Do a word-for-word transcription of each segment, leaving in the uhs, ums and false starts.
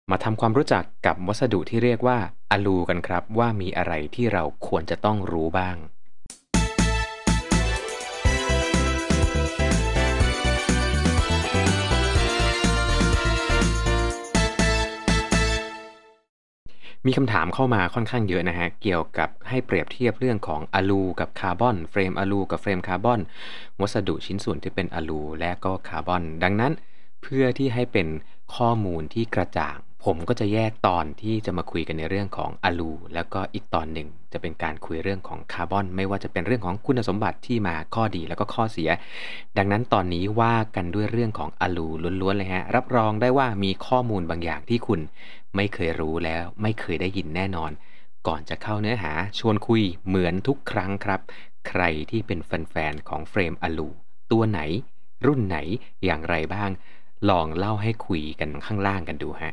มาทำความรู้จักกับวัสดุที่เรียกว่าอะลูกันครับว่ามีอะไรที่เราควรจะต้องรู้บ้าง มีคำถามเข้ามาค่อนข้างเยอะนะฮะเกี่ยวกับให้เปรียบเทียบเรื่องของอะลูกับคาร์บอนเฟรมอะลูกับเฟรมคาร์บอนวัสดุชิ้นส่วนที่เป็นอะลูและก็คาร์บอนดังนั้นเพื่อที่ให้เป็นข้อมูลที่กระจ่างผมก็จะแยกตอนที่จะมาคุยกันในเรื่องของอะลูแล้วก็อีกตอนหนึ่งจะเป็นการคุยเรื่องของคาร์บอนไม่ว่าจะเป็นเรื่องของคุณสมบัติที่มาข้อดีแล้วก็ข้อเสียดังนั้นตอนนี้ว่ากันด้วยเรื่องของอะลูล้วนๆเลยฮะรับรองได้ว่ามีข้อมูลบางอย่างที่คุณไม่เคยรู้แล้วไม่เคยได้ยินแน่นอนก่อนจะเข้าเนื้อหาชวนคุยเหมือนทุกครั้งครับใครที่เป็นแฟนๆของเฟรมอะลูตัวไหนรุ่นไหนอย่างไรบ้างลองเล่าให้คุยกันข้างล่างกันดูฮะ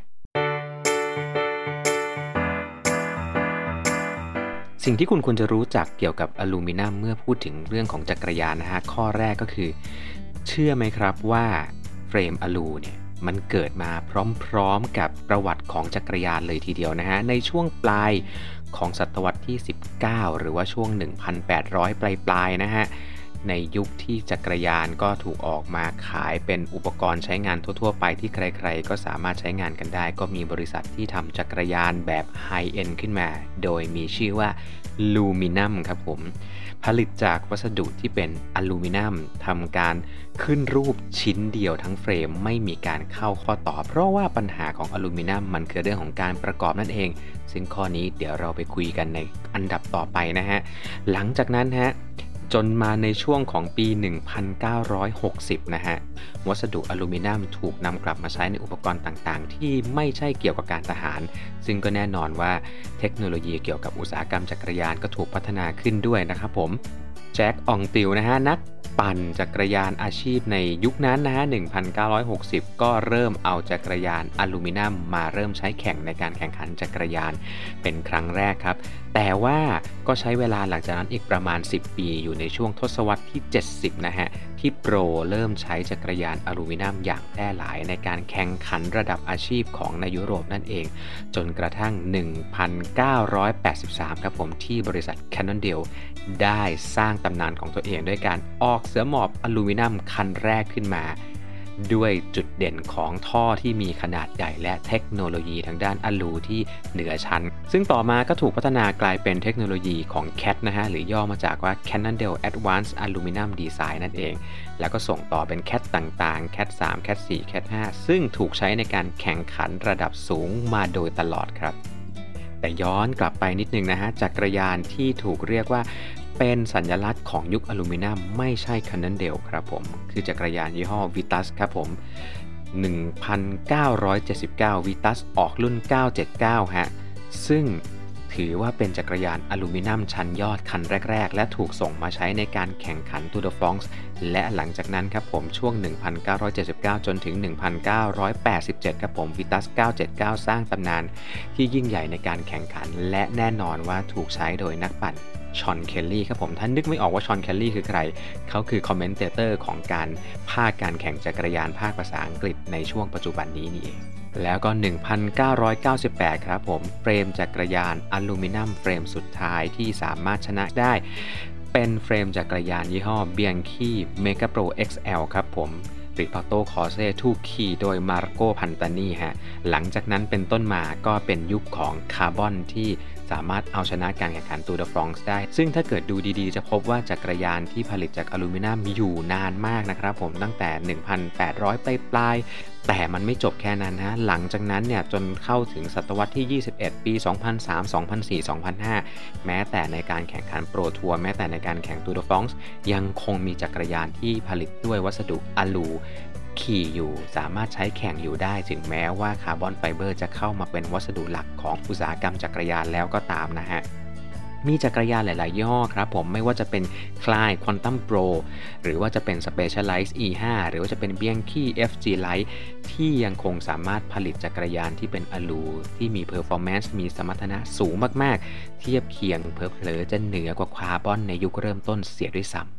สิ่งที่คุณควรจะรู้จักเกี่ยวกับอลูมิเนียมเมื่อพูดถึงเรื่องของจักรยานนะฮะข้อแรกก็คือเชื่อไหมครับว่าเฟรมอลูเนี่ยมันเกิดมาพร้อมๆกับประวัติของจักรยานเลยทีเดียวนะฮะในช่วงปลายของศตวรรษที่สิบเก้าหรือว่าช่วง หนึ่งพันแปดร้อย ปลายๆนะฮะในยุคที่จักรยานก็ถูกออกมาขายเป็นอุปกรณ์ใช้งานทั่วๆไปที่ใครๆก็สามารถใช้งานกันได้ก็มีบริษัทที่ทำจักรยานแบบไฮเอนด์ขึ้นมาโดยมีชื่อว่าลูมินัมครับผมผลิตจากวัสดุที่เป็นอลูมิเนียมทำการขึ้นรูปชิ้นเดียวทั้งเฟรมไม่มีการเข้าข้อต่อเพราะว่าปัญหาของอลูมิเนียมมันคือเรื่องของการประกอบนั่นเองซึ่งข้อนี้เดี๋ยวเราไปคุยกันในอันดับต่อไปนะฮะหลังจากนั้นฮะจนมาในช่วงของปี หนึ่งพันเก้าร้อยหกสิบ นะฮะวัสดุอลูมิเนียมถูกนำกลับมาใช้ในอุปกรณ์ต่างๆที่ไม่ใช่เกี่ยวกับการทหารซึ่งก็แน่นอนว่าเทคโนโลยีเกี่ยวกับอุตสาหกรรมจักรยานก็ถูกพัฒนาขึ้นด้วยนะครับผมแจ็คอองติลนะฮะนักปั่นจักรยานอาชีพในยุคนั้นนะฮะ หนึ่งพันเก้าร้อยหกสิบ ก็เริ่มเอาจักรยานอลูมิเนียมมาเริ่มใช้แข่งในการแข่งขันจักรยานเป็นครั้งแรกครับแต่ว่าก็ใช้เวลาหลังจากนั้นอีกประมาณสิบปีอยู่ในช่วงทศวรรษที่เจ็ดสิบนะฮะที่โปรเริ่มใช้จักรยานอลูมิเนียมอย่างแพร่หลายในการแข่งขันระดับอาชีพของในยุโรปนั่นเองจนกระทั่ง หนึ่งพันเก้าร้อยแปดสิบสาม ครับผมที่บริษัท Cannondale ได้สร้างตำนานของตัวเองด้วยการออกเสือหมอบอลูมิเนียมคันแรกขึ้นมาด้วยจุดเด่นของท่อที่มีขนาดใหญ่และเทคโนโลยีทางด้านอลูที่เหนือชั้นซึ่งต่อมาก็ถูกพัฒนากลายเป็นเทคโนโลยีของ ซี เอ ที นะฮะหรือย่อมาจากว่า Cannondale Advanced Aluminum Design นั่นเองแล้วก็ส่งต่อเป็น ซี เอ ที ต่างๆ ซี เอ ที สาม ซี เอ ที สี่ ซี เอ ที ห้า ซึ่งถูกใช้ในการแข่งขันระดับสูงมาโดยตลอดครับแต่ย้อนกลับไปนิดนึงนะฮะจักรยานที่ถูกเรียกว่าเป็นสัญลักษณ์ของยุคอลูมิเนียมไม่ใช่ Cannondale ครับผมคือจักรยานยี่ห้อ Vitus ครับผม หนึ่งพันเก้าร้อยเจ็ดสิบเก้า Vitus ออกรุ่นเก้าเจ็ดเก้าฮะซึ่งถือว่าเป็นจักรยานอลูมิเนียมชั้นยอดคันแรกๆและถูกส่งมาใช้ในการแข่งขัน Tour de France และหลังจากนั้นครับผมช่วง หนึ่งพันเก้าร้อยเจ็ดสิบเก้า จนถึง หนึ่งพันเก้าร้อยแปดสิบเจ็ด ครับผม Vitus เก้าเจ็ดเก้า สร้างตำนานที่ยิ่งใหญ่ในการแข่งขันและแน่นอนว่าถูกใช้โดยนักปั่นชอนเคลลี่ครับผมท่านนึกไม่ออกว่าชอนเคลลี่คือใครเขาคือคอมเมนเตเตอร์ของการภาคการแข่งจักรยานภาคภาษาอังกฤษในช่วงปัจจุบันนี้นี่เองแล้วก็ หนึ่งพันเก้าร้อยเก้าสิบแปด ครับผมเฟรมจักรยานอลูมิเนียมเฟรมสุดท้ายที่สามารถชนะได้เป็นเฟรมจักรยานยี่ห้อ Bianchi Mega Pro เอ็กซ์ แอล ครับผมRipato Corse ถูกขี่โดย Marco Pantani ฮะหลังจากนั้นเป็นต้นมาก็เป็นยุคของคาร์บอนที่สามารถเอาชนะการแข่งขัน Tour de France ได้ซึ่งถ้าเกิดดูดีๆจะพบว่าจักรยานที่ผลิตจากอลูมิเนียมอยู่นานมากนะครับผมตั้งแต่ หนึ่งพันแปดร้อย ปลายๆแต่มันไม่จบแค่นั้นฮะหลังจากนั้นเนี่ยจนเข้าถึงศตวรรษที่ยี่สิบเอ็ดปี สองพันสาม สองพันสี่ สองพันห้า แม้แต่ในการแข่งขันโปรทัวร์แม้แต่ในการแข่ง Tour de France ยังคงมีจักรยานที่ผลิตด้วยวัสดุอลูขี่อยู่สามารถใช้แข่งอยู่ได้ถึงแม้ว่าคาร์บอนไฟเบอร์จะเข้ามาเป็นวัสดุหลักของอุตสาหกรรมจักรยานแล้วก็ตามนะฮะมีจักรยานหลายๆยี่ห้อครับผมไม่ว่าจะเป็นคลาย Quantum Pro หรือว่าจะเป็น Specialized อี ห้า หรือว่าจะเป็น Bianchi เอฟ จี Lite ที่ยังคงสามารถผลิตจักรยานที่เป็นอลูที่มี performance มีสมรรถนะสูงมากๆเทียบเคียงเผลอๆจะเหนือกว่าคาร์บอนในยุคเริ่มต้นเสียด้วยซ้ำ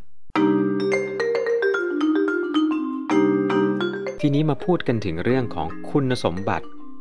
ทีนี้มาพูดกันถึงเรื่องของคุณสมบัติ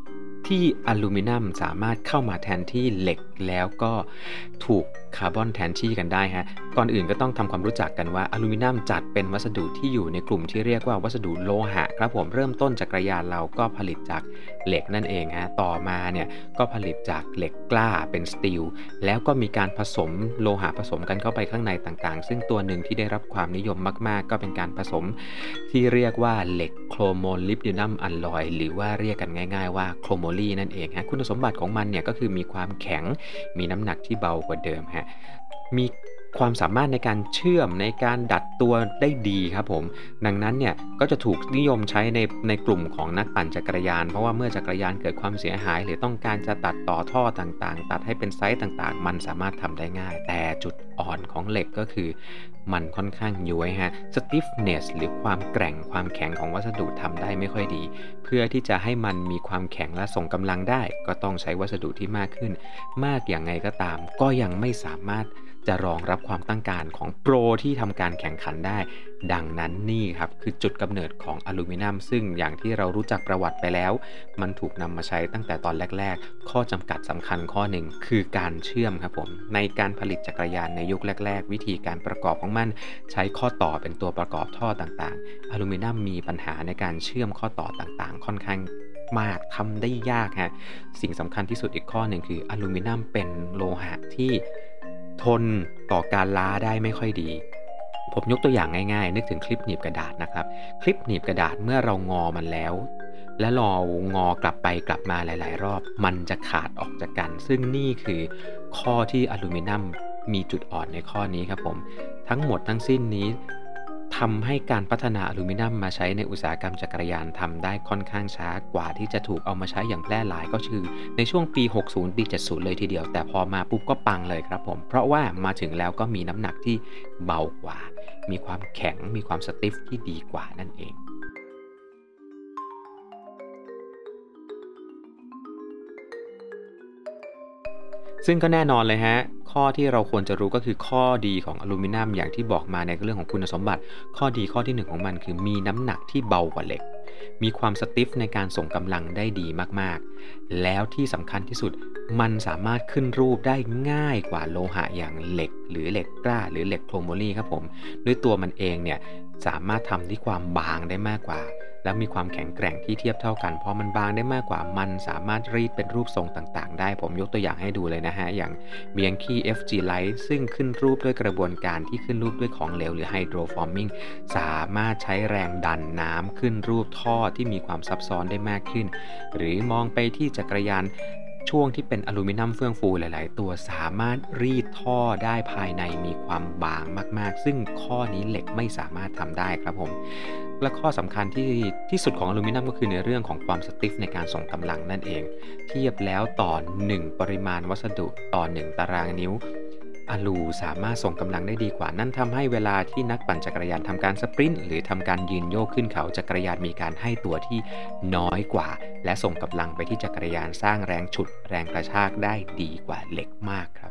ที่อลูมิเนียมสามารถเข้ามาแทนที่เหล็กแล้วก็ถูกคาร์บอนแทนที่กันได้ฮะก่อนอื่นก็ต้องทำความรู้จักกันว่าอลูมิเนียมจัดเป็นวัสดุที่อยู่ในกลุ่มที่เรียกว่าวัสดุโลหะครับผมเริ่มต้นจักรยานเราก็ผลิตจากเหล็กนั่นเองฮะต่อมาเนี่ยก็ผลิตจากเหล็กกล้าเป็นสตีลแล้วก็มีการผสมโลหะผสมกันเข้าไปข้างในต่างๆซึ่งตัวหนึ่งที่ได้รับความนิยมมากๆก็เป็นการผสมที่เรียกว่าเหล็กโครโมลิบดินัมอัลลอยหรือว่าเรียกกันง่ายๆว่าโครโมลีนั่นเองฮะคุณสมบัติของมันเนี่ยก็คือมีความแข็งมีน้ำหนักที่เบากว่าเดิมฮะมีความสามารถในการเชื่อมในการดัดตัวได้ดีครับผมดังนั้นเนี่ยก็จะถูกนิยมใช้ในในกลุ่มของนักปั่นจักรยานเพราะว่าเมื่อจักรยานเกิดความเสียหายหรือต้องการจะตัดต่อท่อต่างๆตัดให้เป็นไซส์ต่างๆมันสามารถทำได้ง่ายแต่จุดอ่อนของเหล็กก็คือมันค่อนข้างย้วยฮะ stiffness หรือความแกร่งความแข็งของวัสดุทำได้ไม่ค่อยดีเพื่อที่จะให้มันมีความแข็งและส่งกำลังได้ก็ต้องใช้วัสดุที่มากขึ้นมากอย่างไงก็ตามก็ยังไม่สามารถจะรองรับความต้องการของโปรที่ทำการแข่งขันได้ดังนั้นนี่ครับคือจุดกำเนิดของอลูมิเนียมซึ่งอย่างที่เรารู้จักประวัติไปแล้วมันถูกนำมาใช้ตั้งแต่ตอนแรกๆข้อจำกัดสำคัญข้อหนึ่งคือการเชื่อมครับผมในการผลิตจักรยานในยุคแรกๆวิธีการประกอบของมันใช้ข้อต่อเป็นตัวประกอบท่อต่างๆอลูมิเนียมมีปัญหาในการเชื่อมข้อต่อต่างๆค่อนข้างมากทำได้ยากฮะสิ่งสำคัญที่สุดอีกข้อหนึ่งคืออลูมิเนียมเป็นโลหะที่ทนต่อการล้าได้ไม่ค่อยดีผมยกตัวอย่างง่ายๆนึกถึงคลิปหนีบกระดาษนะครับคลิปหนีบกระดาษเมื่อเรางอมันแล้วและเรางอกลับไปกลับมาหลายๆรอบมันจะขาดออกจากกันซึ่งนี่คือข้อที่อลูมิเนียมมีจุดอ่อนในข้อนี้ครับผมทั้งหมดทั้งสิ้นนี้ทำให้การพัฒนาอลูมิเนียมมาใช้ในอุตสาหกรรมจักรยานทำได้ค่อนข้างช้ากว่าที่จะถูกเอามาใช้อย่างแพร่หลายก็คือในช่วงปี หกสิบ ปี เจ็ดสิบ เลยทีเดียวแต่พอมาปุ๊บก็ปังเลยครับผมเพราะว่ามาถึงแล้วก็มีน้ำหนักที่เบากว่ามีความแข็งมีความสติฟที่ดีกว่านั่นเองซึ่งก็แน่นอนเลยฮะข้อที่เราควรจะรู้ก็คือข้อดีของอลูมิเนียมอย่างที่บอกมาในเรื่องของคุณสมบัติข้อดีข้อที่หนึ่งของมันคือมีน้ำหนักที่เบากว่าเหล็กมีความสติฟในการส่งกำลังได้ดีมากๆแล้วที่สำคัญที่สุดมันสามารถขึ้นรูปได้ง่ายกว่าโลหะอย่างเหล็กหรือเหล็กกล้าหรือเหล็กโครโมลีครับผมด้วยตัวมันเองเนี่ยสามารถทำที่ความบางได้มากกว่าแล้วมีความแข็งแกร่งที่เทียบเท่ากันพอมันบางได้มากกว่ามันสามารถรีดเป็นรูปทรงต่างๆได้ผมยกตัวอย่างให้ดูเลยนะฮะอย่าง Bianchi เอฟ จี Light ซึ่งขึ้นรูปด้วยกระบวนการที่ขึ้นรูปด้วยของเหลวหรือ Hydroforming สามารถใช้แรงดันน้ำขึ้นรูปท่อที่มีความซับซ้อนได้มากขึ้นหรือมองไปที่จักรยานช่วงที่เป็นอลูมิเนียมเฟื่องฟูหลายๆตัวสามารถรีดท่อได้ภายในมีความบางมากๆซึ่งข้อนี้เหล็กไม่สามารถทำได้ครับผมและข้อสำคัญที่ที่สุดของอลูมิเนียมก็คือในเรื่องของความสติฟในการส่งกำลังนั่นเองเทียบแล้วต่อหนึ่งปริมาณวัสดุต่อหนึ่งตารางนิ้วอลูสามารถส่งกำลังได้ดีกว่านั่นทำให้เวลาที่นักปั่นจักรยานทำการสปรินต์หรือทำการยืนโยกขึ้นเขาจักรยานมีการให้ตัวที่น้อยกว่าและส่งกำลังไปที่จักรยานสร้างแรงฉุดแรงกระชากได้ดีกว่าเหล็กมากครับ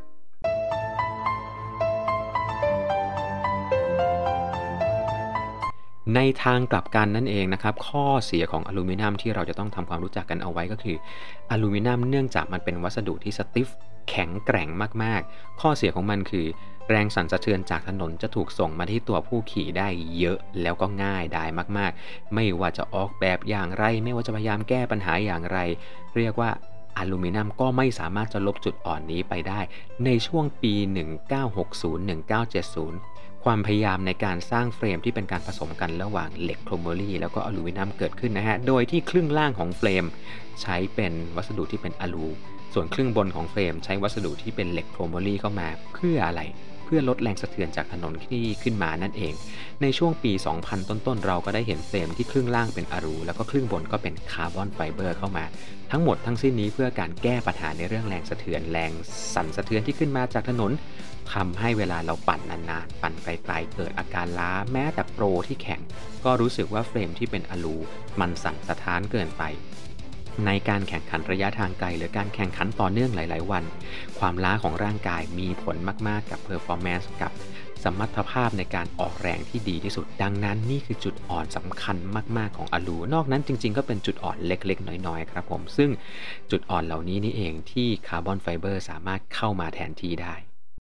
ในทางกลับกันนั่นเองนะครับข้อเสียของอลูมิเนียมที่เราจะต้องทำความรู้จักกันเอาไว้ก็คืออลูมิเนียมเนื่องจากมันเป็นวัสดุที่สติฟแข็งแกร่งมากๆข้อเสียของมันคือแรงสั่นสะเทือนจากถนนจะถูกส่งมาที่ตัวผู้ขี่ได้เยอะแล้วก็ง่ายได้มากๆไม่ว่าจะออกแบบอย่างไรไม่ว่าจะพยายามแก้ปัญหาอย่างไรเรียกว่าอลูมิเนียมก็ไม่สามารถจะลบจุดอ่อนนี้ไปได้ในช่วงปี หนึ่งเก้าหกศูนย์ หนึ่งเก้าเจ็ดศูนย์ความพยายามในการสร้างเฟรมที่เป็นการผสมกันระหว่างเหล็กโครโมลีแล้วก็อลูมิเนียมเกิดขึ้นนะฮะโดยที่ครึ่งล่างของเฟรมใช้เป็นวัสดุที่เป็นอลูส่วนครึ่งบนของเฟรมใช้วัสดุที่เป็นเหล็กโครโมลีเข้ามาเพื่ออะไรเพื่อลดแรงสะเทือนจากถนนที่ขึ้นมานั่นเองในช่วงปี สองพัน ต้นๆเราก็ได้เห็นเฟรมที่ครึ่งล่างเป็นอลูแล้วก็ครึ่งบนก็เป็นคาร์บอนไฟเบอร์เข้ามาทั้งหมดทั้งสิ้นนี้เพื่อการแก้ปัญหาในเรื่องแรงสะเทือนแรงสั่นสะเทือนที่ขึ้นมาจากถนนทำให้เวลาเราปั่นนานๆปั่นไกลๆเกิดอาการล้าแม้แต่โปรที่แข็งก็รู้สึกว่าเฟรมที่เป็นอลูมันสั่นสะท้านเกินไปในการแข่งขันระยะทางไกลหรือการแข่งขันต่อเนื่องหลายๆวันความล้าของร่างกายมีผลมากๆกับ performance กับสมรรถภาพในการออกแรงที่ดีที่สุดดังนั้นนี่คือจุดอ่อนสำคัญมากๆของอะลูนอกนั้นจริงๆก็เป็นจุดอ่อนเล็กๆน้อยๆครับผมซึ่งจุดอ่อนเหล่านี้นี่เองที่คาร์บอนไฟเบอร์สามารถเข้ามาแทนที่ได้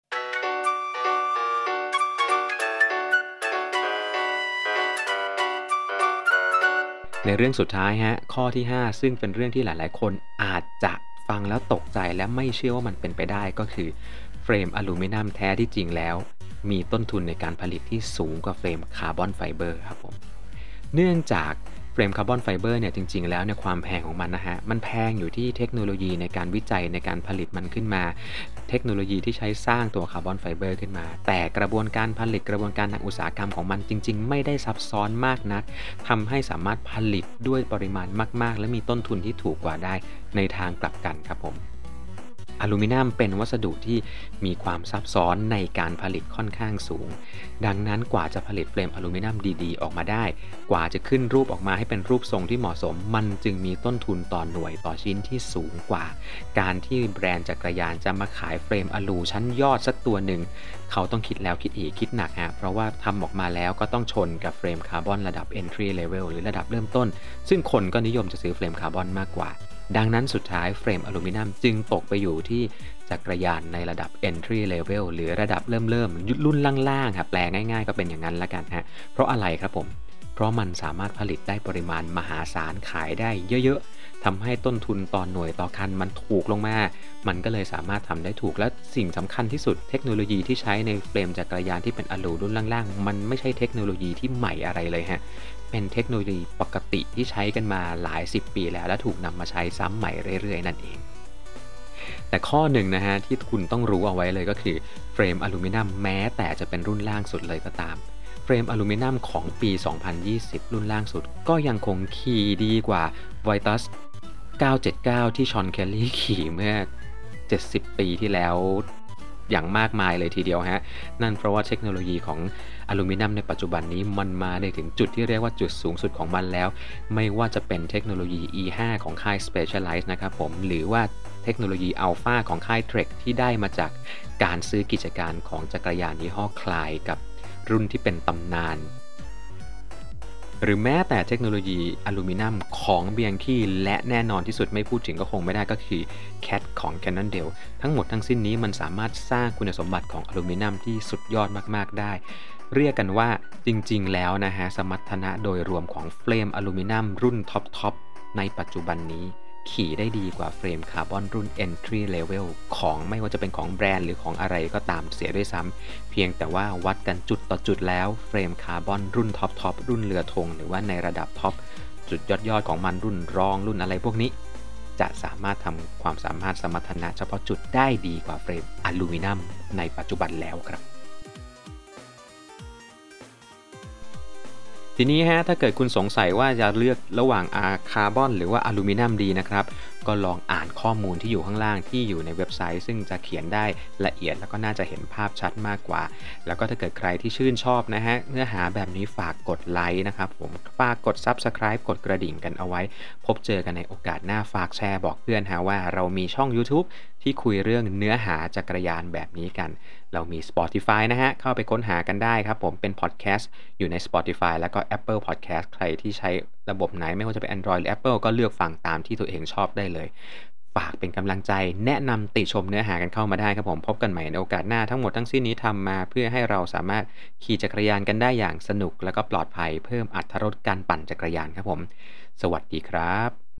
ในเรื่องสุดท้ายฮะข้อที่ห้าซึ่งเป็นเรื่องที่หลายๆคนอาจจะฟังแล้วตกใจและไม่เชื่อว่ามันเป็นไปได้ก็คือเฟรมอลูมิเนียมแท้ที่จริงแล้วมีต้นทุนในการผลิตที่สูงกว่าเฟรมคาร์บอนไฟเบอร์ครับผมเนื่องจากเฟรมคาร์บอนไฟเบอร์เนี่ยจริงๆแล้วเนี่ยความแพงของมันนะฮะมันแพงอยู่ที่เทคโนโลยีในการวิจัยในการผลิตมันขึ้นมาเทคโนโลยีที่ใช้สร้างตัวคาร์บอนไฟเบอร์ขึ้นมาแต่กระบวนการผลิตกระบวนการทางอุตสาหกรรมของมันจริงๆไม่ได้ซับซ้อนมากนักทำให้สามารถผลิตด้วยปริมาณมากๆและมีต้นทุนที่ถูกกว่าได้ในทางกลับกันครับผมอลูมิเนียมเป็นวัสดุที่มีความซับซ้อนในการผลิตค่อนข้างสูงดังนั้นกว่าจะผลิตเฟรมอลูมิเนียมดีๆออกมาได้กว่าจะขึ้นรูปออกมาให้เป็นรูปทรงที่เหมาะสมมันจึงมีต้นทุนต่อหน่วยต่อชิ้นที่สูงกว่าการที่แบรนด์จักรยานจะมาขายเฟรมอลูชั้นยอดสักตัวหนึ่งเขาต้องคิดแล้วคิดอีกคิดหนักฮะเพราะว่าทำออกมาแล้วก็ต้องชนกับเฟรมคาร์บอนระดับ entry level หรือระดับเริ่มต้นซึ่งคนก็นิยมจะซื้อเฟรมคาร์บอนมากกว่าดังนั้นสุดท้ายเฟรมอลูมิเนียมจึงตกไปอยู่ที่จักรยานในระดับ entry level หรือระดับเริ่มๆรุ่นล่างๆครับแปลง่ายๆก็เป็นอย่างนั้นละกันฮะเพราะอะไรครับผมเพราะมันสามารถผลิตได้ปริมาณมหาศาลขายได้เยอะๆทำให้ต้นทุนต่อหน่วยต่อคันมันถูกลงมามันก็เลยสามารถทำได้ถูกและสิ่งสำคัญที่สุดเทคโนโลยีที่ใช้ในเฟรมจักรยานที่เป็นอลูรุ่นล่างๆมันไม่ใช่เทคโนโลยีที่ใหม่อะไรเลยฮะเป็นเทคโนโลยีปกติที่ใช้กันมาหลายสิบปีแล้วและถูกนำมาใช้ซ้ำใหม่เรื่อยๆนั่นเองแต่ข้อหนึ่งนะฮะที่คุณต้องรู้เอาไว้เลยก็คือเฟรมอลูมิเนียมแม้แต่จะเป็นรุ่นล่างสุดเลยก็ตามเฟรมอลูมิเนียมของปี สองพันยี่สิบ รุ่นล่างสุดก็ยังคงขี่ดีกว่า Vitus เก้าเจ็ดเก้า ที่ชอนเคลลี่ขี่เมื่อเจ็ดสิบปีที่แล้วอย่างมากมายเลยทีเดียวฮะนั่นเพราะว่าเทคโนโลยีของอลูมิเนียมในปัจจุบันนี้มันมาได้ถึงจุดที่เรียกว่าจุดสูงสุดของมันแล้วไม่ว่าจะเป็นเทคโนโลยี อี ไฟว์ ของค่าย Specialized นะครับผมหรือว่าเทคโนโลยี Alpha ของค่าย Trek ที่ได้มาจากการซื้อกิจการของจักรยานยี่ห้อคลายกับรุ่นที่เป็นตำนานหรือแม้แต่เทคโนโลยีอลูมิเนียมของ Bianchi และแน่นอนที่สุดไม่พูดถึงก็คงไม่ได้ก็คือ ซี เอ ที ของ Cannondale ทั้งหมดทั้งสิ้นนี้มันสามารถสร้างคุณสมบัติของอลูมิเนียมที่สุดยอดมากๆได้เรียกกันว่าจริงๆแล้วนะฮะสมรรถนะโดยรวมของเฟรมอลูมิเนียมรุ่นท็อปๆในปัจจุบันนี้ขี่ได้ดีกว่าเฟรมคาร์บอนรุ่น entry level ของไม่ว่าจะเป็นของแบรนด์หรือของอะไรก็ตามเสียด้วยซ้ำเพียงแต่ว่าวัดกันจุดต่อจุดแล้วเฟรมคาร์บอนรุ่นท็อปท็อปรุ่นเรือธงหรือว่าในระดับท็อปจุดยอดยอดของมันรุ่นรองรุ่นอะไรพวกนี้จะสามารถทำความสามารถสมรรถนะเฉพาะจุดได้ดีกว่าเฟรมอลูมิเนียมในปัจจุบันแล้วครับทีนี้ฮะถ้าเกิดคุณสงสัยว่าจะเลือกระหว่างอาคาร์บอนหรือว่าอลูมิเนียมดีนะครับก็ลองอ่านข้อมูลที่อยู่ข้างล่างที่อยู่ในเว็บไซต์ซึ่งจะเขียนได้ละเอียดแล้วก็น่าจะเห็นภาพชัดมากกว่าแล้วก็ถ้าเกิดใครที่ชื่นชอบนะฮะเนื้อหาแบบนี้ฝากกดไลค์นะครับผมฝากกด Subscribe กดกระดิ่งกันเอาไว้พบเจอกันในโอกาสหน้าฝากแชร์บอกเพื่อนฮะว่าเรามีช่อง YouTube ที่คุยเรื่องเนื้อหาจักรยานแบบนี้กันเรามี Spotify นะฮะเข้าไปค้นหากันได้ครับผมเป็นพอดแคสต์อยู่ใน Spotify แล้วก็ Apple Podcast ใครที่ใช้ระบบไหนไม่ว่าจะเป็น Android หรือ Apple ก็เลือกฟังตามที่ตัวเองชอบได้เลยฝากเป็นกำลังใจแนะนำติชมเนื้อหากันเข้ามาได้ครับผมพบกันใหม่ในโอกาสหน้าทั้งหมดทั้งสิ้นนี้ทำมาเพื่อให้เราสามารถขี่จักรยานกันได้อย่างสนุกและก็ปลอดภัยเพิ่มอรรถรสการปั่นจักรยานครับผมสวัสดีครับ